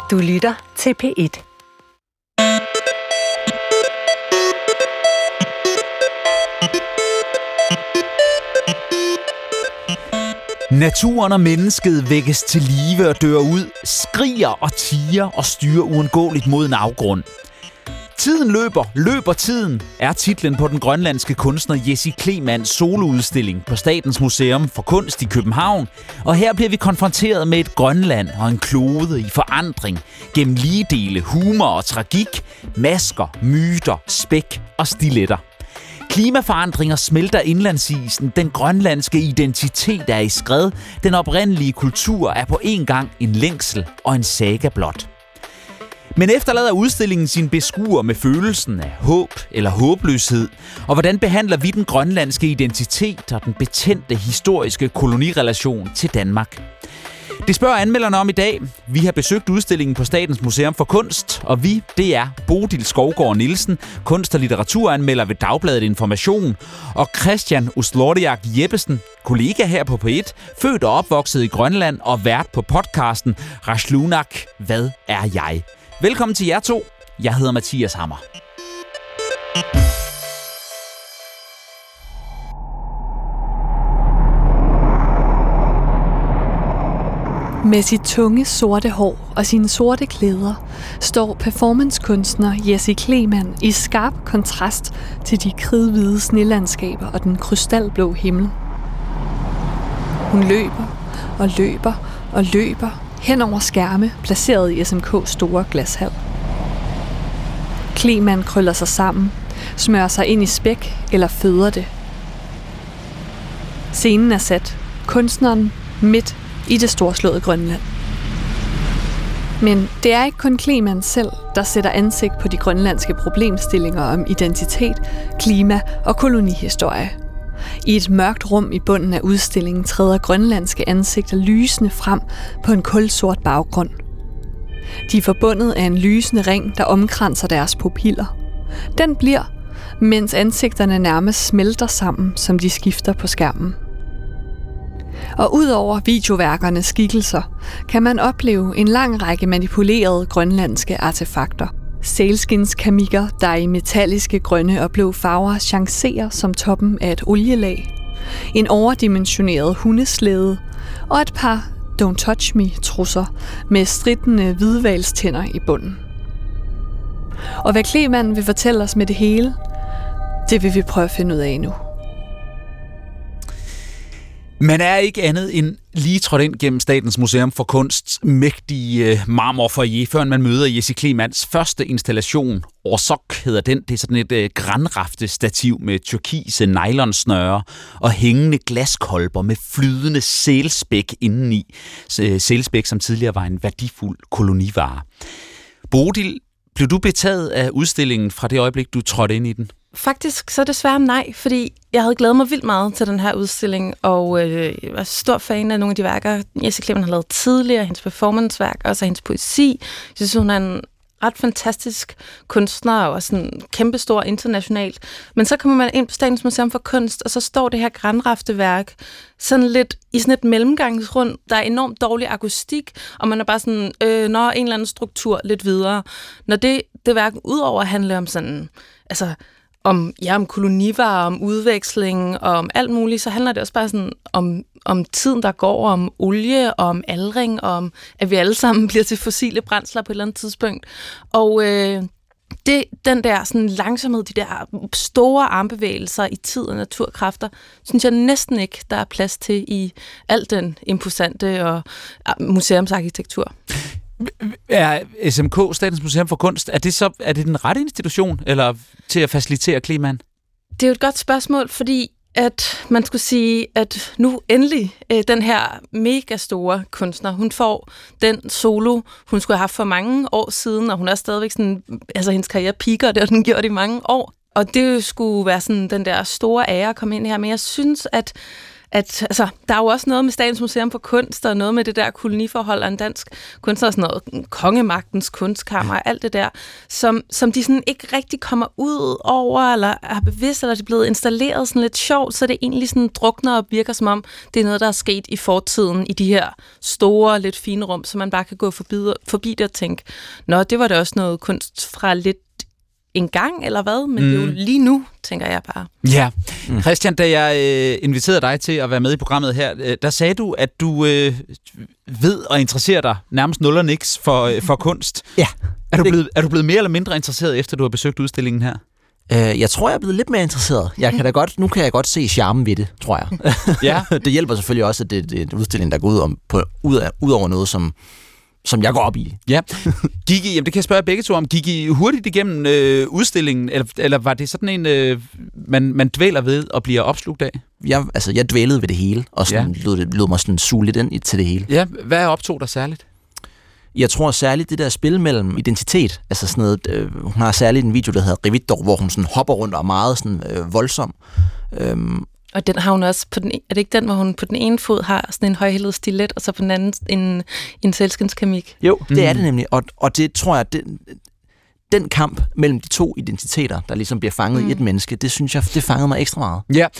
Du lytter til P1. Naturen og mennesket vækkes til live og dør ud, skriger og tiger og styrer uundgåeligt mod en afgrund. Tiden løber tiden, er titlen på den grønlandske kunstner Jessie Klemanns soloudstilling på Statens Museum for Kunst i København. Og her bliver vi konfronteret med et Grønland og en klode i forandring, gennem ligedele, humor og tragik, masker, myter, spæk og stiletter. Klimaforandringer smelter indlandsisen, den grønlandske identitet er i skred, den oprindelige kultur er på en gang en længsel og en saga blot. Men efterlader udstillingen sin beskuer med følelsen af håb eller håbløshed, og hvordan behandler vi den grønlandske identitet og den betændte historiske kolonirelation til Danmark? Det spørger anmelderne om i dag. Vi har besøgt udstillingen på Statens Museum for Kunst, og vi, det er Bodil Skovgaard Nielsen, kunst- og litteraturanmelder ved Dagbladet Information, og Christian Uslordiak Jeppesen, kollega her på P1, født og opvokset i Grønland og vært på podcasten Rajlunak, Hvad er jeg? Velkommen til jer to. Jeg hedder Mathias Hammer. Med sit tunge sorte hår og sine sorte klæder står performancekunstner Jessie Klemann i skarp kontrast til de kridhvide snelandskaber og den krystalblå himmel. Hun løber hen over skærme placeret i SMK's store glashal. Klemann krøller sig sammen, smører sig ind i spæk eller føder det. Scenen er sat. Kunstneren midt i det storslåede Grønland. Men det er ikke kun Klemann selv, der sætter ansigt på de grønlandske problemstillinger om identitet, klima og kolonihistorie. I et mørkt rum i bunden af udstillingen træder grønlandske ansigter lysende frem på en kulsort baggrund. De er forbundet af en lysende ring, der omkranser deres pupiller. Den bliver, mens ansigterne nærmest smelter sammen, som de skifter på skærmen. Og udover videoværkernes skikkelser, kan man opleve en lang række manipulerede grønlandske artefakter. Sælskindskamikker, der i metalliske grønne og blå farver chancerer som toppen af et olielag. En overdimensioneret hundeslæde og et par Don't Touch Me-trusser med strittende hvidhvalstænder i bunden. Og hvad Klemann vil fortælle os med det hele, det vil vi prøve at finde ud af nu. Man er ikke andet end lige trådt ind gennem Statens Museum for Kunsts mægtige marmorfoyer, før man møder Jessie Klemanns første installation. Orsok hedder den. Det er sådan et granrafte-stativ med turkise nylonsnøre og hængende glaskolber med flydende sælspæk indeni. Sælspæk, som tidligere var en værdifuld kolonivare. Bodil, blev du betaget af udstillingen fra det øjeblik, du trådte ind i den? Faktisk så desværre nej, fordi jeg havde glædet mig vildt meget til den her udstilling, og jeg var stor fan af nogle af de værker, Jessie Klemann har lavet tidligere, hendes performanceværk, også hendes poesi. Jeg synes, hun er en ret fantastisk kunstner, og sådan kæmpestor internationalt. Men så kommer man ind på Statens Museum for Kunst, og så står det her granrafteværk sådan lidt i sådan et mellemgangsrund. Der er enormt dårlig akustik, og man er bare sådan, en eller anden struktur lidt videre. Når det værk udover handler om sådan, altså om kolonivarer, om udveksling og om alt muligt, så handler det også bare sådan om tiden, der går, om olie, og om aldring, og om at vi alle sammen bliver til fossile brændsler på et eller andet tidspunkt. Og den der sådan langsomhed, de der store armbevægelser i tid og naturkræfter, synes jeg næsten ikke, der er plads til i al den imposante og museumsarkitektur. Er SMK, Statens Museum for Kunst, er det den rette institution eller til at facilitere Klemann? Det er jo et godt spørgsmål, fordi at man skulle sige, at nu endelig den her mega store kunstner, hun får den solo, hun skulle have haft for mange år siden, og hun er stadigvæk sådan, altså hendes karriere piker, og det har den gjort i mange år. Og det skulle være sådan den der store ære at komme ind her, men jeg synes, at at altså, der er jo også noget med Statens Museum for Kunst, og noget med det der koloniforhold af en dansk kunstner, og sådan noget kongemagtens kunstkammer, alt det der, som de sådan ikke rigtig kommer ud over, eller er bevidst, eller det er blevet installeret sådan lidt sjovt, så det egentlig sådan drukner og virker som om, det er noget, der er sket i fortiden, i de her store, lidt fine rum, så man bare kan gå forbi det og tænke, nå, det var da også noget kunst fra lidt en gang, eller hvad? Men det er jo lige nu, tænker jeg bare. Ja. Christian, da jeg inviterede dig til at være med i programmet her, der sagde du, at du ved og interesserer dig nærmest nul og niks for kunst. Ja. Er du blevet mere eller mindre interesseret, efter du har besøgt udstillingen her? Jeg tror, jeg er blevet lidt mere interesseret. Nu kan jeg godt se charmen ved det, tror jeg. Ja. Det hjælper selvfølgelig også, at det er en udstilling, der går ud over noget, som jeg går op i. Ja. Jamen det kan jeg spørge begge to om. Gik I hurtigt igennem udstillingen, eller var det sådan en, man dvæler ved og bliver opslugt af? Jeg dvælede ved det hele, og sådan lød mig sådan suge lidt ind til det hele. Ja, hvad optog dig særligt? Jeg tror særligt det der spil mellem identitet, altså sådan noget, hun har særligt en video, der hedder Revidor, hvor hun sådan hopper rundt og er meget sådan voldsom. Og den har hun også er det ikke den, hvor hun på den ene fod har sådan en højhældet stilet, og så på den anden en sælskenskamik? Jo, det er det nemlig, og det tror jeg, den kamp mellem de to identiteter, der ligesom bliver fanget i et menneske, det synes jeg, det fangede mig ekstra meget. Ja,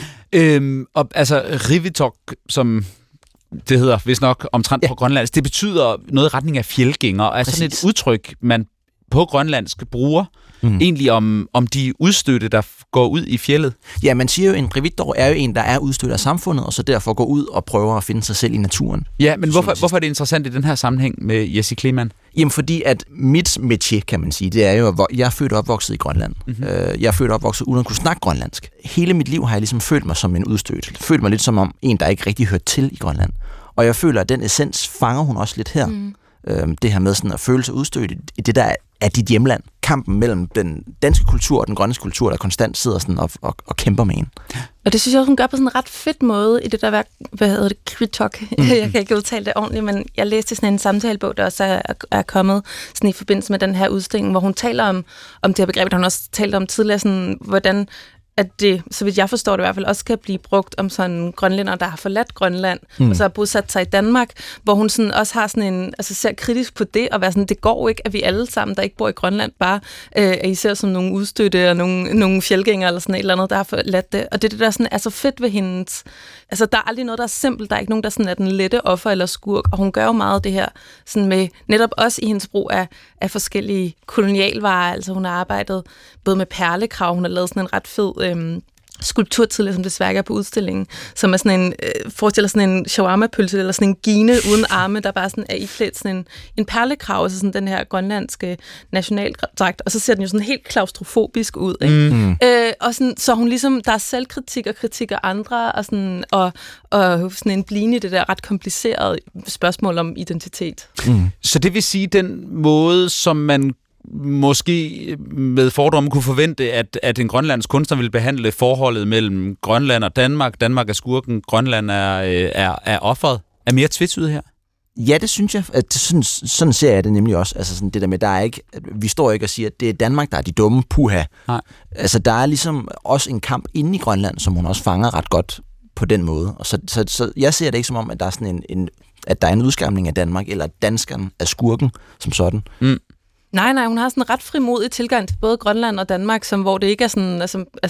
og altså Rivitok, som det hedder vist nok omtrent på grønlandsk, det betyder noget i retning af fjeldgænger, og er sådan et udtryk, man på grønlandsk bruger, egentlig om de udstødte, der går ud i fjeldet. Ja, man siger jo, en revidor er jo en, der er udstødt af samfundet, og så derfor går ud og prøver at finde sig selv i naturen. Ja, men hvorfor er det interessant i den her sammenhæng med Jessie Kleemann? Jamen, fordi at mit métier, kan man sige, det er jo, at jeg er født og opvokset i Grønland. Jeg er født og opvokset uden at kunne snakke grønlandsk. Hele mit liv har jeg ligesom følt mig som en udstødt. Følt mig lidt som om en, der ikke rigtig hørt til i Grønland. Og jeg føler, at den essens fanger hun også lidt her. Det her med sådan at føle sig udstødt i det, der er dit hjemland. Kampen mellem den danske kultur og den grønlandske kultur, der konstant sidder sådan og kæmper med en. Og det synes jeg også, hun gør på sådan en ret fedt måde i det der værk, hvad hedder det, Kritok. Jeg kan ikke udtale det ordentligt, men jeg læste sådan en samtalebog, der også er kommet sådan i forbindelse med den her udstilling, hvor hun taler om det her begreb, der hun også talte om tidligere, sådan, hvordan at det, så vidt jeg forstår det i hvert fald, også kan blive brugt om sådan grønlændere, der har forladt Grønland, og så har bosat sig i Danmark, hvor hun sådan også har sådan en, altså ser kritisk på det, og være sådan, det går ikke, at vi alle sammen, der ikke bor i Grønland, bare er især som nogle udstødte og nogle fjeldgængere eller sådan et eller andet, der har forladt det. Og det der sådan er så fedt ved hendes, altså der er aldrig noget, der er simpelt, der er ikke nogen, der sådan er den lette offer eller skurk, og hun gør jo meget det her, sådan med, netop også i hendes brug af forskellige kolonialvarer, altså hun har arbejdet både med perlekrav, hun har lavet sådan en ret fed skulptur tidligere, som desværre er på udstillingen, som er sådan en, forestiller sådan en shawarma-pølse, eller sådan en gine uden arme, der bare sådan er iklædt sådan en perlekrav, altså sådan den her grønlandske nationaldragt, og så ser den jo sådan helt klaustrofobisk ud, ikke? Og sådan, så hun ligesom, der er selvkritik og kritik af andre, og sådan, og sådan en bline i det der ret komplicerede spørgsmål om identitet. Så det vil sige, den måde, som man måske med fordomme kunne forvente, at en grønlandsk kunstner ville behandle forholdet mellem Grønland og Danmark. Danmark er skurken, Grønland er offeret. Er mere tvetydigt her? Ja, det synes jeg. Sådan ser jeg det nemlig også. Altså sådan det der med, der er ikke, vi står ikke og siger, at det er Danmark, der er de dumme, puha. Nej. Altså der er ligesom også en kamp inde i Grønland, som hun også fanger ret godt på den måde. Og så jeg ser det ikke som om, at der er sådan at der er en udskamning af Danmark, eller at danskeren er skurken som sådan. Nej, hun har sådan en ret frimodig tilgang til både Grønland og Danmark, hvor det ikke er sådan,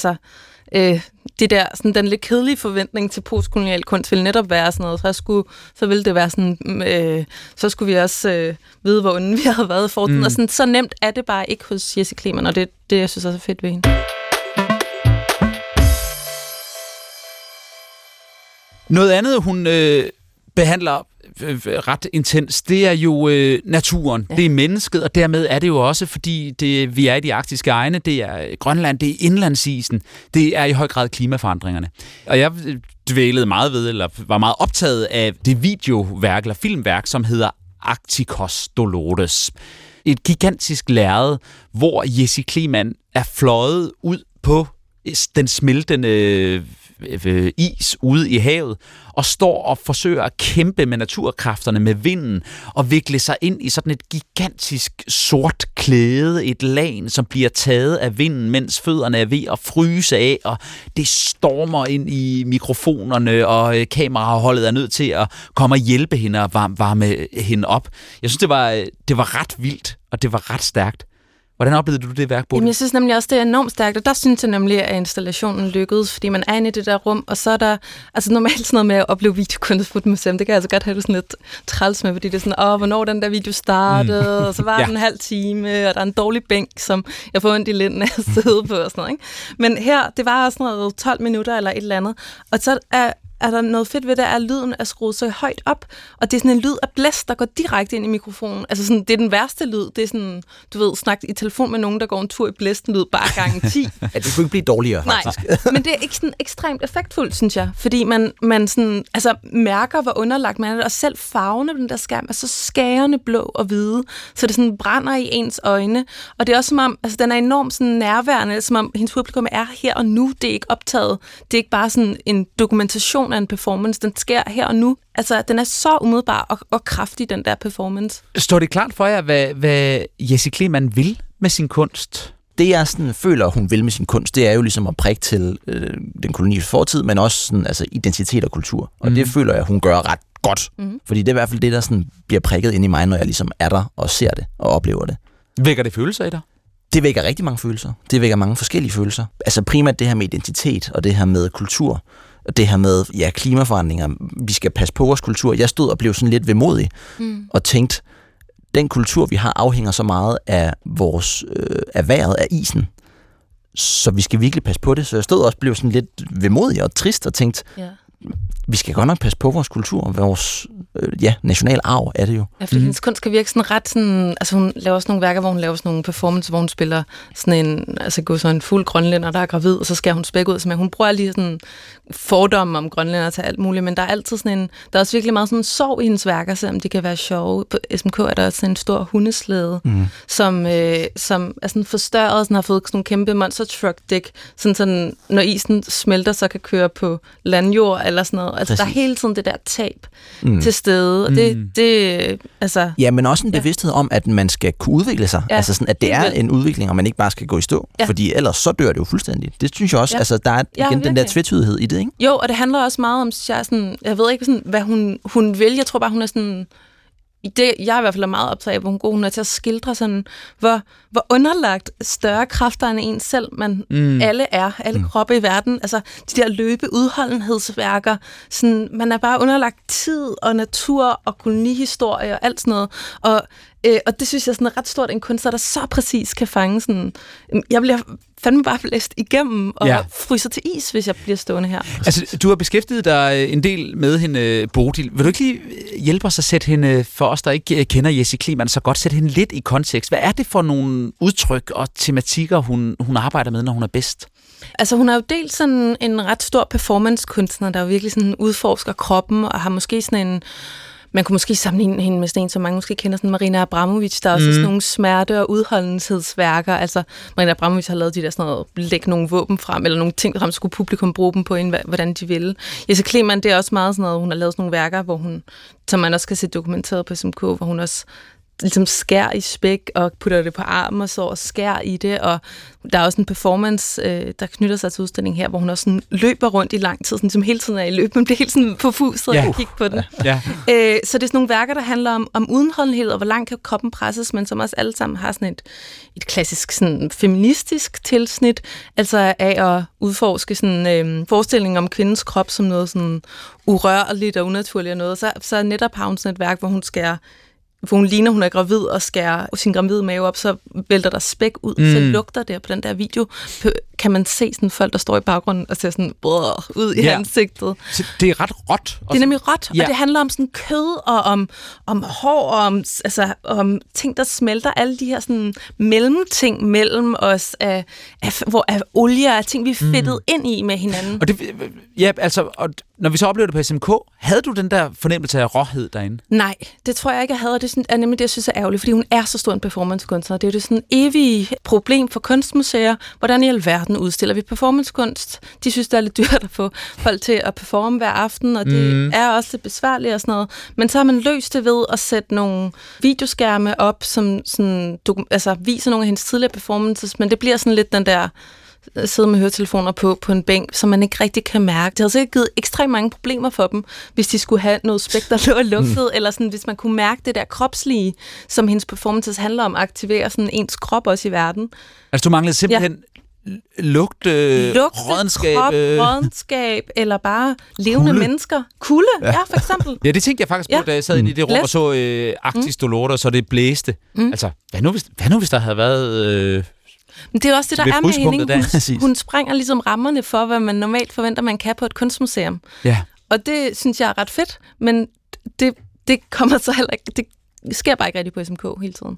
det der, sådan den lidt kedelige forventning til postkolonial kunst ville netop være sådan noget, så ville det være sådan, så skulle vi også vide, hvor onde vi havde været i fortiden, og sådan, så nemt er det bare ikke hos Jessie Kleemann, og det jeg synes også er fedt ved hende. Noget andet, hun behandler ret intens, det er jo naturen, det er mennesket, og dermed er det jo også, fordi vi er i de arktiske egne, det er Grønland, det er indlandsisen, det er i høj grad klimaforandringerne. Og jeg dvælede meget ved, eller var meget optaget af det videoværk, eller filmværk, som hedder Arcticos Dolores. Et gigantisk lærred, hvor Jessie Kleemann er fløjet ud på den smeltende is ude i havet, og står og forsøger at kæmpe med naturkræfterne, med vinden, og vikle sig ind i sådan et gigantisk sort klæde, et lagen, som bliver taget af vinden, mens fødderne er ved at fryse af, og det stormer ind i mikrofonerne, og kameraholdet er nødt til at komme og hjælpe hende og varme hende op. Jeg synes, det var ret vildt, og det var ret stærkt. Hvordan oplevede du det værk, Bodil? Jeg synes nemlig også, det er enormt stærkt, og der synes jeg nemlig, at installationen lykkedes, fordi man er inde i det der rum, og så er der altså normalt sådan noget med at opleve videokunst på et museum. Det kan jeg altså godt have det sådan lidt træls med, fordi det er sådan, hvornår den der video startede, og så var den en halv time, og der er en dårlig bænk, som jeg får ondt i linden af at sidde på og sådan noget, ikke? Men her, det var sådan noget 12 minutter eller et eller andet, og så er der noget fedt ved det, at lyden er skruet så højt op, og det er sådan en lyd af blæst, der går direkte ind i mikrofonen. Altså sådan, det er den værste lyd. Det er sådan, du ved, snakke i telefon med nogen, der går en tur i blæsten lyd bare gange 10. Ja, det kunne ikke blive dårligere, faktisk. Nej, men det er ikke sådan ekstremt effektfuldt, synes jeg, fordi man sådan, altså mærker, hvor underlagt man er, og selv farverne på den der skærm er så skærende blå og hvide, så det sådan brænder i ens øjne, og det er også som om, altså den er enormt sådan nærværende, som om hendes publikum er her og nu, det er ikke optaget, det er ikke bare sådan en dokumentation af en performance, den sker her og nu. Altså, den er så umiddelbar og kraftig, den der performance. Står det klart for jer, hvad Jessie Klemann vil med sin kunst? Det, jeg sådan føler, hun vil med sin kunst, det er jo ligesom at prikke til den koloniale fortid, men også sådan, altså, identitet og kultur. Og det føler jeg, hun gør ret godt. Fordi det er i hvert fald det, der sådan bliver prikket ind i mig, når jeg ligesom er der og ser det og oplever det. Vækker det følelser i dig? Det vækker rigtig mange følelser. Det vækker mange forskellige følelser. Altså primært det her med identitet, og det her med kultur, og det her med klimaforandringer. Vi skal passe på vores kultur. Jeg stod og blev sådan lidt vemodig, og tænkte, den kultur, vi har, afhænger så meget af vores af vejret, af isen. Så vi skal virkelig passe på det. Så jeg stod også og blev sådan lidt vemodig og trist, og tænkte, vi skal godt nok passe på vores kultur, og vores national arv er det jo. Ja, fordi hendes kunst kan virke sådan ret sådan, altså hun laver også nogle værker, hvor hun laver sådan nogle performance, hvor hun spiller sådan en, altså går sådan en fuld grønlænder, der er gravid, og så skærer hun spæk ud, så hun bruger lige sådan fordomme om grønlænder til alt muligt, men der er altid sådan en, der er også virkelig meget sådan sorg i hendes værker, selvom de kan være sjove. På SMK er der sådan en stor hundeslæde, som er sådan forstørret, sådan har fået sådan en kæmpe monster truck dæk, sådan når isen smelter, så kan køre på landjord eller sådan noget. Altså der er hele tiden det der tab til stede, og det altså... Ja, men også en bevidsthed om, at man skal kunne udvikle sig. Ja, altså sådan, at det er en udvikling, og man ikke bare skal gå i stå. Ja. Fordi ellers så dør det jo fuldstændig. Det synes jeg også, altså der er igen den der tvetydighed i det, ikke? Jo, og det handler også meget om, jeg ved ikke, sådan, hvad hun vil. Jeg tror bare, hun er sådan... Det, jeg i hvert fald er meget optaget af, hvor hun er til at skildre sådan, hvor underlagt større kræfter end en selv, man alle kroppe i verden, altså de der løbeudholdenhedsværker, sådan, man er bare underlagt tid og natur og kolonihistorie og alt sådan noget, og det synes jeg er sådan ret stort, en kunstner, der så præcis kan fange sådan, jeg bliver fandme bare blæst igennem og fryser til is, hvis jeg bliver stående her. Altså, du har beskæftiget dig en del med hende, Bodil. Vil du ikke lige hjælpe os at sætte hende, for os, der ikke kender Jessie Klemann, så godt sætte hende lidt i kontekst? Hvad er det for nogle udtryk og tematikker, hun arbejder med, når hun er bedst? Altså, hun er jo dels sådan en ret stor performancekunstner, der jo virkelig sådan udforsker kroppen, og har måske sådan en... Man kunne måske sammenligne hende med sådan en, som mange måske kender, sådan Marina Abramovic, der er også sådan nogle smerte- og udholdenhedsværker. Altså, Marina Abramovic har lavet de der sådan noget, lægge nogle våben frem, eller nogle ting frem, så skulle publikum bruge dem på, hvordan de ville. Jessie Klemann, det er også meget sådan noget, hun har lavet sådan nogle værker, hvor hun, som man også kan se dokumenteret på SMK, hvor hun også ligesom skær i spæk og putter det på armen og så og skær i det, og der er også en performance, der knytter sig til udstillingen her, hvor hun også sådan løber rundt i lang tid, sådan, som hele tiden er i løb, man bliver helt sådan forfuset at kigge på den. Ja. Så det er sådan nogle værker, der handler om udenholdenhed, og hvor langt kan kroppen presses, men som også alle sammen har sådan et klassisk sådan feministisk tilsnit, altså af at udforske sådan forestillingen om kvindens krop som noget sådan urørligt og unaturligt og noget, så netop har hun sådan et værk, hvor hun ligner, hun er gravid og skærer sin gravide mave op, så vælter der spæk ud, så lugter det på den der video. Kan man se sådan folk, der står i baggrunden og ser sådan ud i ansigtet. Så det er ret råt. Det er nemlig råt, og det handler om sådan kød og om hår og om ting, der smelter. Alle de her sådan mellemting mellem os af olie og ting, vi er fedtet ind i med hinanden. Og når vi så oplevede det på SMK, havde du den der fornemmelse af råhed derinde? Nej, det tror jeg ikke, jeg havde, og det er nemlig det, jeg synes er ærgerligt, fordi hun er så stor en performancekunstner. Det er jo det sådan evige problem for kunstmuseer. Hvordan i alverden udstiller vi performancekunst? De synes, det er lidt dyrt at få folk til at performe hver aften, og det er også lidt besværligt og sådan noget. Men så har man løst det ved at sætte nogle videoskærme op, som sådan, viser nogle af hendes tidligere performances, men det bliver sådan lidt den der sidde med høretelefoner på en bænk, som man ikke rigtig kan mærke. Det havde sikkert givet ekstremt mange problemer for dem, hvis de skulle have noget spæk, der lå luftet, eller sådan, hvis man kunne mærke det der kropslige, som hendes performances handler om, at aktivere sådan ens krop også i verden. Altså, du manglede simpelthen lugte, rådenskab, eller bare levende mennesker. Kulde, ja, for eksempel. Ja, det tænkte jeg faktisk på, da jeg sad inde i det rum og så Arktis Dolores, så det blæste. Altså, hvad nu hvis der havde været... Men det er også det, der er med hende. Hun springer ligesom rammerne for, hvad man normalt forventer, man kan på et kunstmuseum. Ja. Og det synes jeg er ret fedt, men det kommer så heller ikke... Det sker bare ikke rigtig på SMK hele tiden.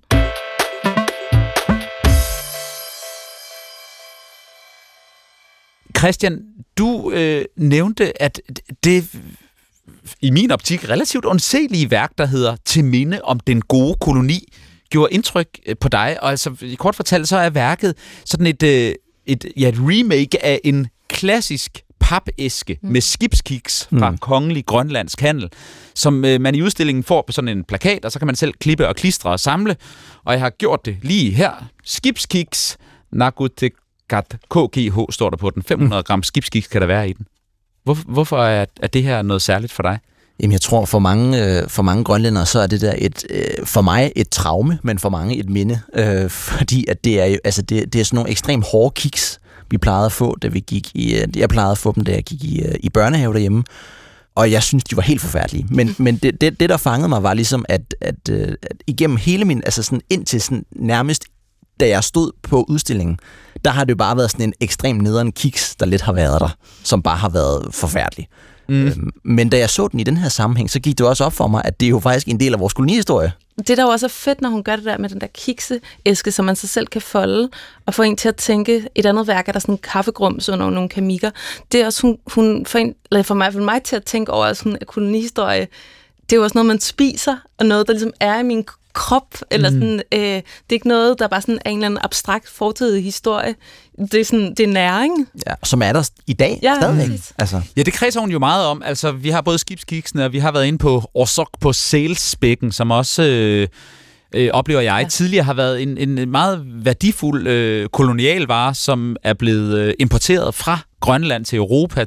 Christian, du nævnte, at det i min optik relativt undselige værk, der hedder Til minde om den gode koloni, gjorde indtryk på dig, og altså kort fortalt, så er værket sådan et remake af en klassisk papæske med skibskiks fra Kongelig Grønlandsk Handel, som man i udstillingen får på sådan en plakat, og så kan man selv klippe og klistre og samle, og jeg har gjort det lige her. Skibskiks Nagutekat KGH står der på den. 500 gram skibskiks kan der være i den. Hvorfor er det her noget særligt for dig? Jamen, jeg tror, for mange grønlændere, så er det der for mig et traume, men for mange et minde. Fordi at det er jo, altså det er sådan nogle ekstremt hårde kiks, vi plejede at få, da vi gik jeg plejede at få dem, da jeg gik i børnehave derhjemme. Og jeg synes, de var helt forfærdelige. Men det der fangede mig, var ligesom, at igennem hele min, altså sådan indtil sådan nærmest, da jeg stod på udstillingen, der har det jo bare været sådan en ekstrem nederen kiks, der lidt har været der, som bare har været forfærdelig. Men da jeg så den i den her sammenhæng, så gik det også op for mig, at det er jo faktisk en del af vores kolonihistorie. Det der jo også er fedt, når hun gør det der med den der kikseæske, som man så selv kan folde, og få en til at tænke, et andet værk er der sådan en kaffegrums under nogle kamikker. Det er også, hun får mig til at tænke over sådan en kolonihistorie. Det er jo også noget, man spiser, og noget, der ligesom er i min krop, eller sådan, det er ikke noget, der bare sådan er en eller anden abstrakt fortidig historie. Det er sådan, det er næring. Ja, som er der i dag stadigvæk. Altså. Ja, det kredser hun jo meget om. Altså, vi har både skibskiksene, og vi har været inde på Orsok på Sælsbækken, som også oplever jeg tidligere har været en meget værdifuld kolonialvare, som er blevet importeret fra Grønland til Europa,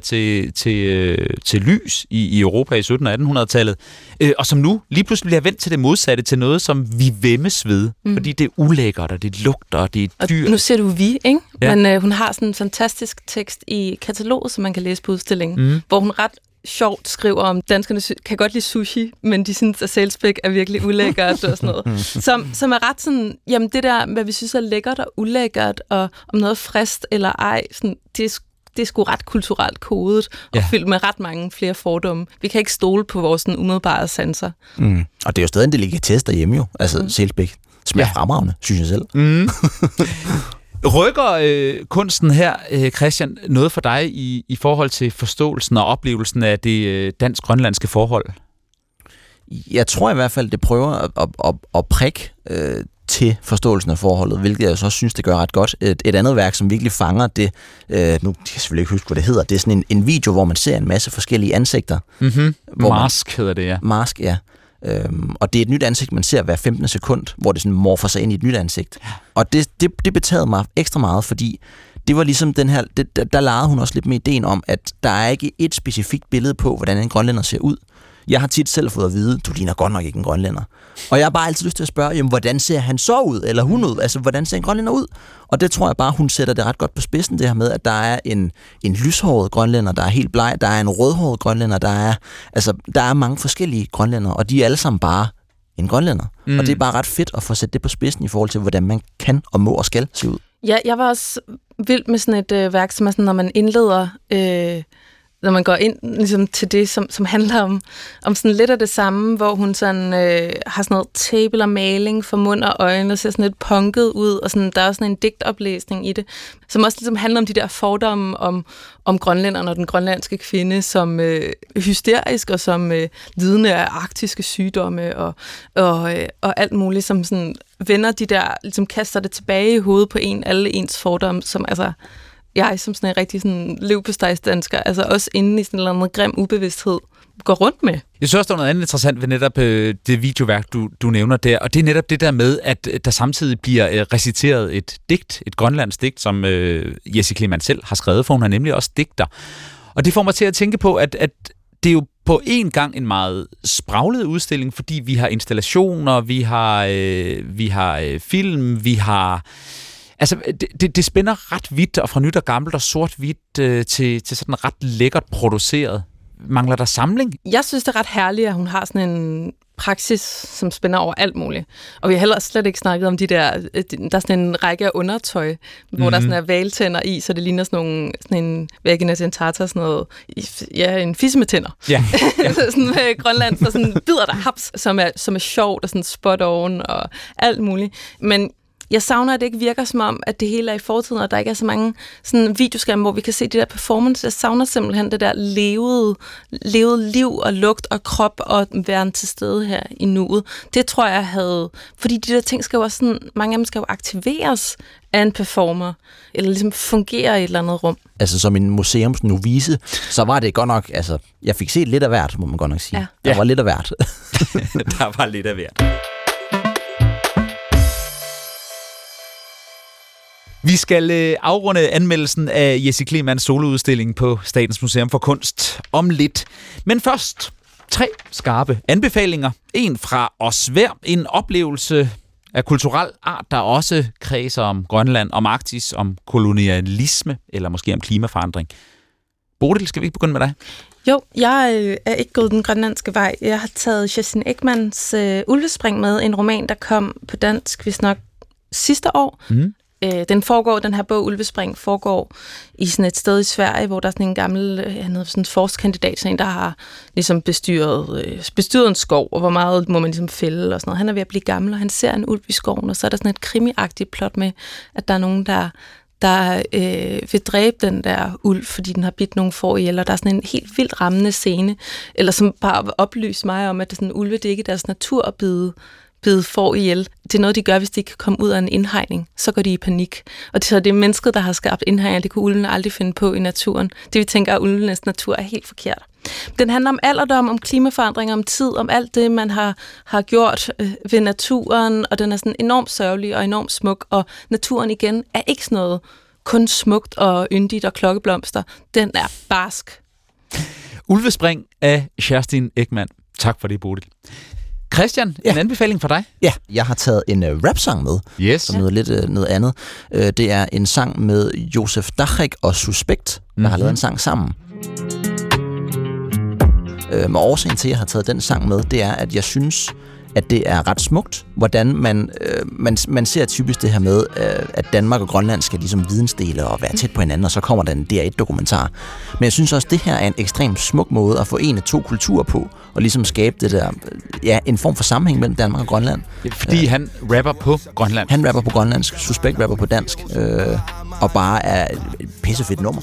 til lys i Europa i 1700- og 1800-tallet, og som nu lige pludselig bliver vendt til det modsatte, til noget, som vi væmmes ved, fordi det er ulækkert, og det lugter, og det er dyrt. Og nu ser du vi, ikke? Ja. Men hun har sådan en fantastisk tekst i kataloget, som man kan læse på udstillingen, hvor hun ret sjovt skriver om, danskerne kan godt lide sushi, men de synes, at sælspæk er virkelig ulækkert og sådan noget. Som er ret sådan, jamen det der, hvad vi synes er lækkert og ulækkert, og om noget frist eller ej, sådan, det er sgu ret kulturelt kodet, og fyldt med ret mange flere fordomme. Vi kan ikke stole på vores sådan, umiddelbare sanser. Og det er jo stadig en delikatesse derhjemme jo, altså sælspæk. Smager fremragende, synes jeg selv. Rykker kunsten her, Christian, noget for dig i forhold til forståelsen og oplevelsen af det dansk-grønlandske forhold? Jeg tror i hvert fald, det prøver at prikke til forståelsen af forholdet, hvilket jeg så synes, det gør ret godt. Et andet værk, som virkelig fanger det, nu kan jeg selvfølgelig ikke huske, hvad det hedder, det er sådan en video, hvor man ser en masse forskellige ansigter. Mask hedder det, ja. Mask, ja. Og det er et nyt ansigt, man ser hver 15. sekund, hvor det sådan morfer sig ind i et nyt ansigt. Og det betagede mig ekstra meget, fordi det var ligesom den her, der legede hun også lidt med ideen om, at der er ikke et specifikt billede på, hvordan en grønlænder ser ud. Jeg har tit selv fået at vide, du ligner godt nok ikke en grønlænder. Og jeg har bare altid lyst til at spørge, jamen, hvordan ser han så ud, eller hun ud? Altså, hvordan ser en grønlænder ud? Og det tror jeg bare, hun sætter det ret godt på spidsen, det her med, at der er en lyshåret grønlænder, der er helt bleg, der er en rødhåret grønlænder, der er mange forskellige grønlændere, og de er alle sammen bare en grønlænder. Og det er bare ret fedt at få sat det på spidsen i forhold til, hvordan man kan og må og skal se ud. Ja, jeg var også vild med sådan et værk, som er sådan, når man indleder når man går ind ligesom, til det, som handler om sådan lidt af det samme, hvor hun sådan, har sådan noget tape eller maling for mund og øjne, og ser sådan lidt punket ud, og sådan, der er også sådan en digtoplæsning i det, som også ligesom handler om de der fordomme om grønlænderne og den grønlandske kvinde som hysterisk og som lidende af arktiske sygdomme og alt muligt, som sådan vender de der, ligesom kaster det tilbage i hovedet på alle ens fordomme, som altså jeg som sådan en rigtig sådan leverpostejsdansker, altså også inde i sådan en eller anden grim ubevidsthed, går rundt med. Jeg synes også, der er noget andet interessant ved netop det videoværk, du nævner der, og det er netop det der med, at der samtidig bliver reciteret et digt, et grønlandsk digt, som Jessie Klemann selv har skrevet, for hun er nemlig også digter. Og det får mig til at tænke på, at det er jo på en gang en meget spraglet udstilling, fordi vi har installationer, vi har film, vi har... Altså, det spænder ret vidt, og fra nyt og gammelt og sort-hvidt til sådan ret lækkert produceret. Mangler der samling? Jeg synes, det er ret herligt, at hun har sådan en praksis, som spænder over alt muligt. Og vi har heller slet ikke snakket om der er sådan en række af undertøj, hvor der sådan er valtænder i, så det ligner sådan en vagina dentata, sådan noget, en fisse med tænder. Ja. Sådan med Grønland, der sådan bider der haps, som er sjovt og sådan spot on og alt muligt. Men jeg savner, at det ikke virker som om, at det hele er i fortiden, og der ikke er så mange sådan videoskærme, hvor vi kan se de der performance. Jeg savner simpelthen det der levede liv og lugt og krop og væren til stede her i nuet. Det tror jeg havde... Fordi de der ting skal jo også sådan... Mange af dem skal jo aktiveres af en performer, eller ligesom fungere i et eller andet rum. Altså som en museumsnovise, så var det godt nok... Altså, jeg fik set lidt af hvert, må man godt nok sige. Ja. Der var lidt af hvert. Der var lidt af hvert. Vi skal afrunde anmeldelsen af Jessie Klemanns soloudstilling på Statens Museum for Kunst om lidt. Men først 3 skarpe anbefalinger. En fra os hver. En oplevelse af kulturel art, der også kredser om Grønland, om Arktis, om kolonialisme eller måske om klimaforandring. Bodil, skal vi ikke begynde med dig? Jo, jeg er ikke gået den grønlandske vej. Jeg har taget Kerstin Ekmans Ulvespring med, en roman, der kom på dansk, vist nok sidste år. Mm. Den her bog, Ulvespring, foregår i sådan et sted i Sverige, hvor der er sådan en gammel sådan forskkandidat, sådan en, der har ligesom bestyret en skov, og hvor meget må man ligesom fælde og sådan noget. Han er ved at blive gammel, og han ser en ulv i skoven, og så er der sådan et krimiagtigt plot med, at der er nogen, der vil dræbe den der ulv, fordi den har bidt nogle får ihjel, og der er sådan en helt vildt rammende scene, eller som bare oplyser mig om, at det sådan, ulve, det er ikke deres natur at bide får ihjel. Det er noget, de gør, hvis de ikke kan komme ud af en indhegning. Så går de i panik. Og det er mennesket, der har skabt indhegninger. Det kunne ulven aldrig finde på i naturen. Det vi tænker, at ulvenes natur er helt forkert. Den handler om alderdom, om klimaforandringer, om tid, om alt det, man har gjort ved naturen, og den er sådan enormt sørgelig og enormt smuk, og naturen igen er ikke sådan noget kun smukt og yndigt og klokkeblomster. Den er barsk. Ulvespring af Kerstin Ekman. Tak for det, Bodil. Christian, en anbefaling for dig? Ja, jeg har taget en rap-sang med, som noget lidt noget andet. Det er en sang med Josef Dachek og Suspekt, der har lavet en sang sammen. Med årsagen til, at jeg har taget den sang med, det er, at jeg synes, at det er ret smukt, hvordan man ser typisk det her med, at Danmark og Grønland skal ligesom vidensdele og være tæt på hinanden, og så kommer der en DR1-dokumentar. Men jeg synes også, at det her er en ekstremt smuk måde at forene 2 kulturer på, og ligesom skabe det der, en form for sammenhæng mellem Danmark og Grønland. Fordi han rapper på grønlandsk. Han rapper på grønlandsk, Suspekt rapper på dansk, og bare er et pissefedt nummer.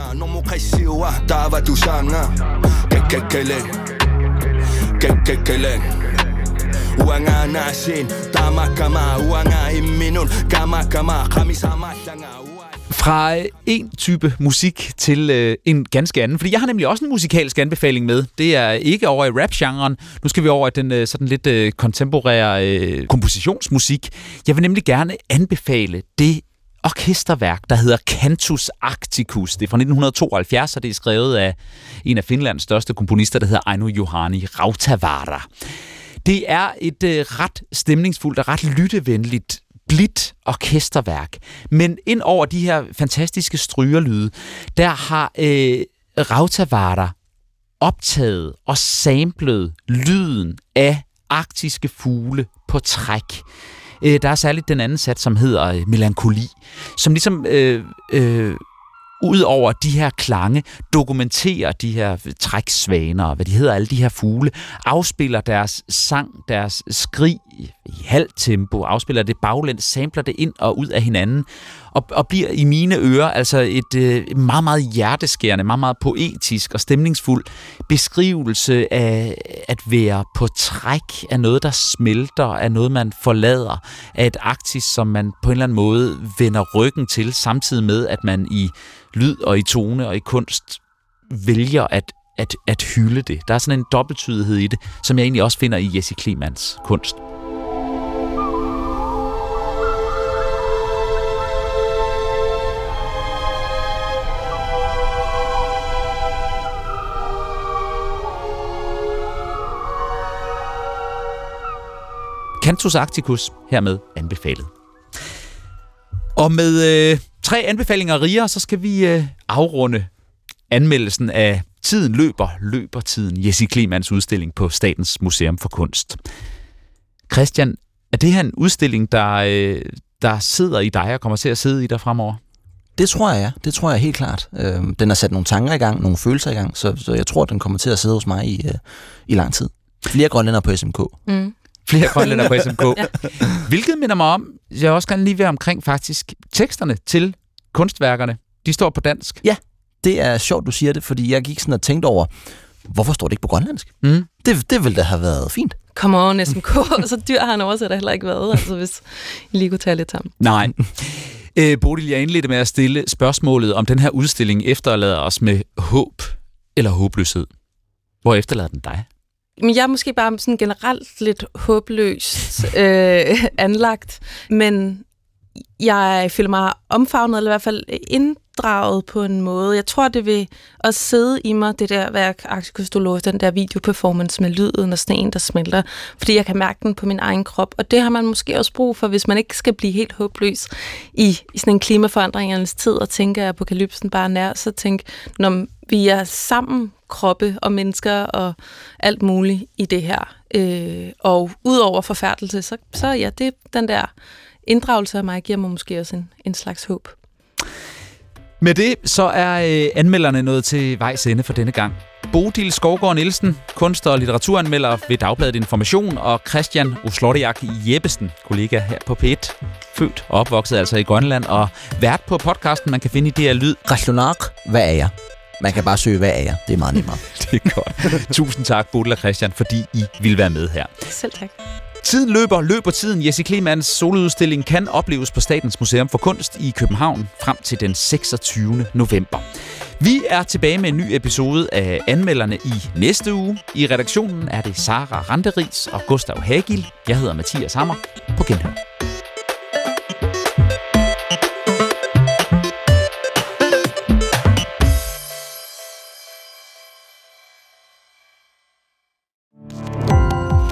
Fra en type musik til en ganske anden. Fordi jeg har nemlig også en musikalsk anbefaling med. Det er ikke over i rap-genren. Nu skal vi over i den sådan lidt kontemporære kompositionsmusik. Jeg vil nemlig gerne anbefale det orkesterværk, der hedder Cantus Arcticus. Det er fra 1972, og det er skrevet af en af Finlands største komponister, der hedder Aino Juhani Rautavaara. Det er et ret stemningsfuldt og ret lyttevenligt blidt orkesterværk. Men ind over de her fantastiske strygerlyde, der har Rautavaara optaget og samlet lyden af arktiske fugle på træk. Der er særligt den anden sats, som hedder Melankoli, som ligesom ud over de her klange, dokumenterer de her træksvaner, hvad de hedder, alle de her fugle, afspiller deres sang, deres skrig i halvt tempo, afspiller det baglæns, sampler det ind og ud af hinanden, og bliver i mine ører altså et meget, meget hjerteskærende, meget, meget poetisk og stemningsfuld beskrivelse af at være på træk, af noget, der smelter, af noget, man forlader, af et Arktis, som man på en eller anden måde vender ryggen til, samtidig med, at man i lyd og i tone og i kunst vælger at hylde det. Der er sådan en dobbelttydighed i det, som jeg egentlig også finder i Jesse Klemans kunst. Cantus Arcticus hermed anbefalet. Og med 3 anbefalinger rigere, så skal vi afrunde anmeldelsen af Tiden løber tiden, Jesse Klemans udstilling på Statens Museum for Kunst. Christian, er det her en udstilling, der sidder i dig og kommer til at sidde i dig fremover? Det tror jeg, ja. Det tror jeg helt klart. Den har sat nogle tanker i gang, nogle følelser i gang, så jeg tror, den kommer til at sidde hos mig i lang tid. Flere grønlændere på SMK. Flere grønlændere på SMK. Ja. Hvilket minder mig om, jeg også gerne lige være omkring faktisk, teksterne til kunstværkerne, de står på dansk. Ja, det er sjovt, du siger det, fordi jeg gik sådan og tænkte over, hvorfor står det ikke på grønlandsk? Det ville da have været fint. Come on, SMK, så dyr har han oversætter heller ikke været, altså hvis I lige kunne tage lidt sammen. Nej. Bodil, jeg indledte med at stille spørgsmålet, om den her udstilling efterlader os med håb eller håbløshed. Hvor efterlader den dig? Men jeg er måske bare sådan generelt lidt håbløst anlagt, men jeg føler mig omfavnet, eller i hvert fald inddraget på en måde. Jeg tror, det vil også sidde i mig, det der værk, Arcticus Dolores, den der videoperformance med lyden og sneen, der smelter, fordi jeg kan mærke den på min egen krop, og det har man måske også brug for, hvis man ikke skal blive helt håbløs i sådan en klimaforandringernes tid, og tænke, at apokalypsen bare er nær, så tænk, når vi er sammen, kroppe og mennesker og alt muligt i det her. Og udover forfærdelse, så ja, det den der inddragelse af mig giver mig måske også en slags håb. Med det, så er anmelderne nået til vejs ende for denne gang. Bodil Skovgaard Nielsen, kunst- og litteraturanmelder ved Dagbladet Information, og Christian Oslotjak Jeppesen, kollega her på P1, født og opvokset altså i Grønland, og vært på podcasten, man kan finde i DR Lyd. Rationak, hvad er jeg? Man kan bare søge, hvad er jeg? Det er meget nemmere. Det er godt. Tusind tak, Bodil og Christian, fordi I ville være med her. Selv tak. Tiden løber tiden. Jesse Klemans soloudstilling kan opleves på Statens Museum for Kunst i København frem til den 26. november. Vi er tilbage med en ny episode af Anmelderne i næste uge. I redaktionen er det Sara Randeris og Gustav Hagil. Jeg hedder Mathias Hammer. På genhør.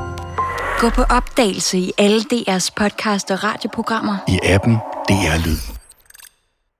Gå på opdagelse i alle DR's podcast og radioprogrammer. I appen DR Lyd.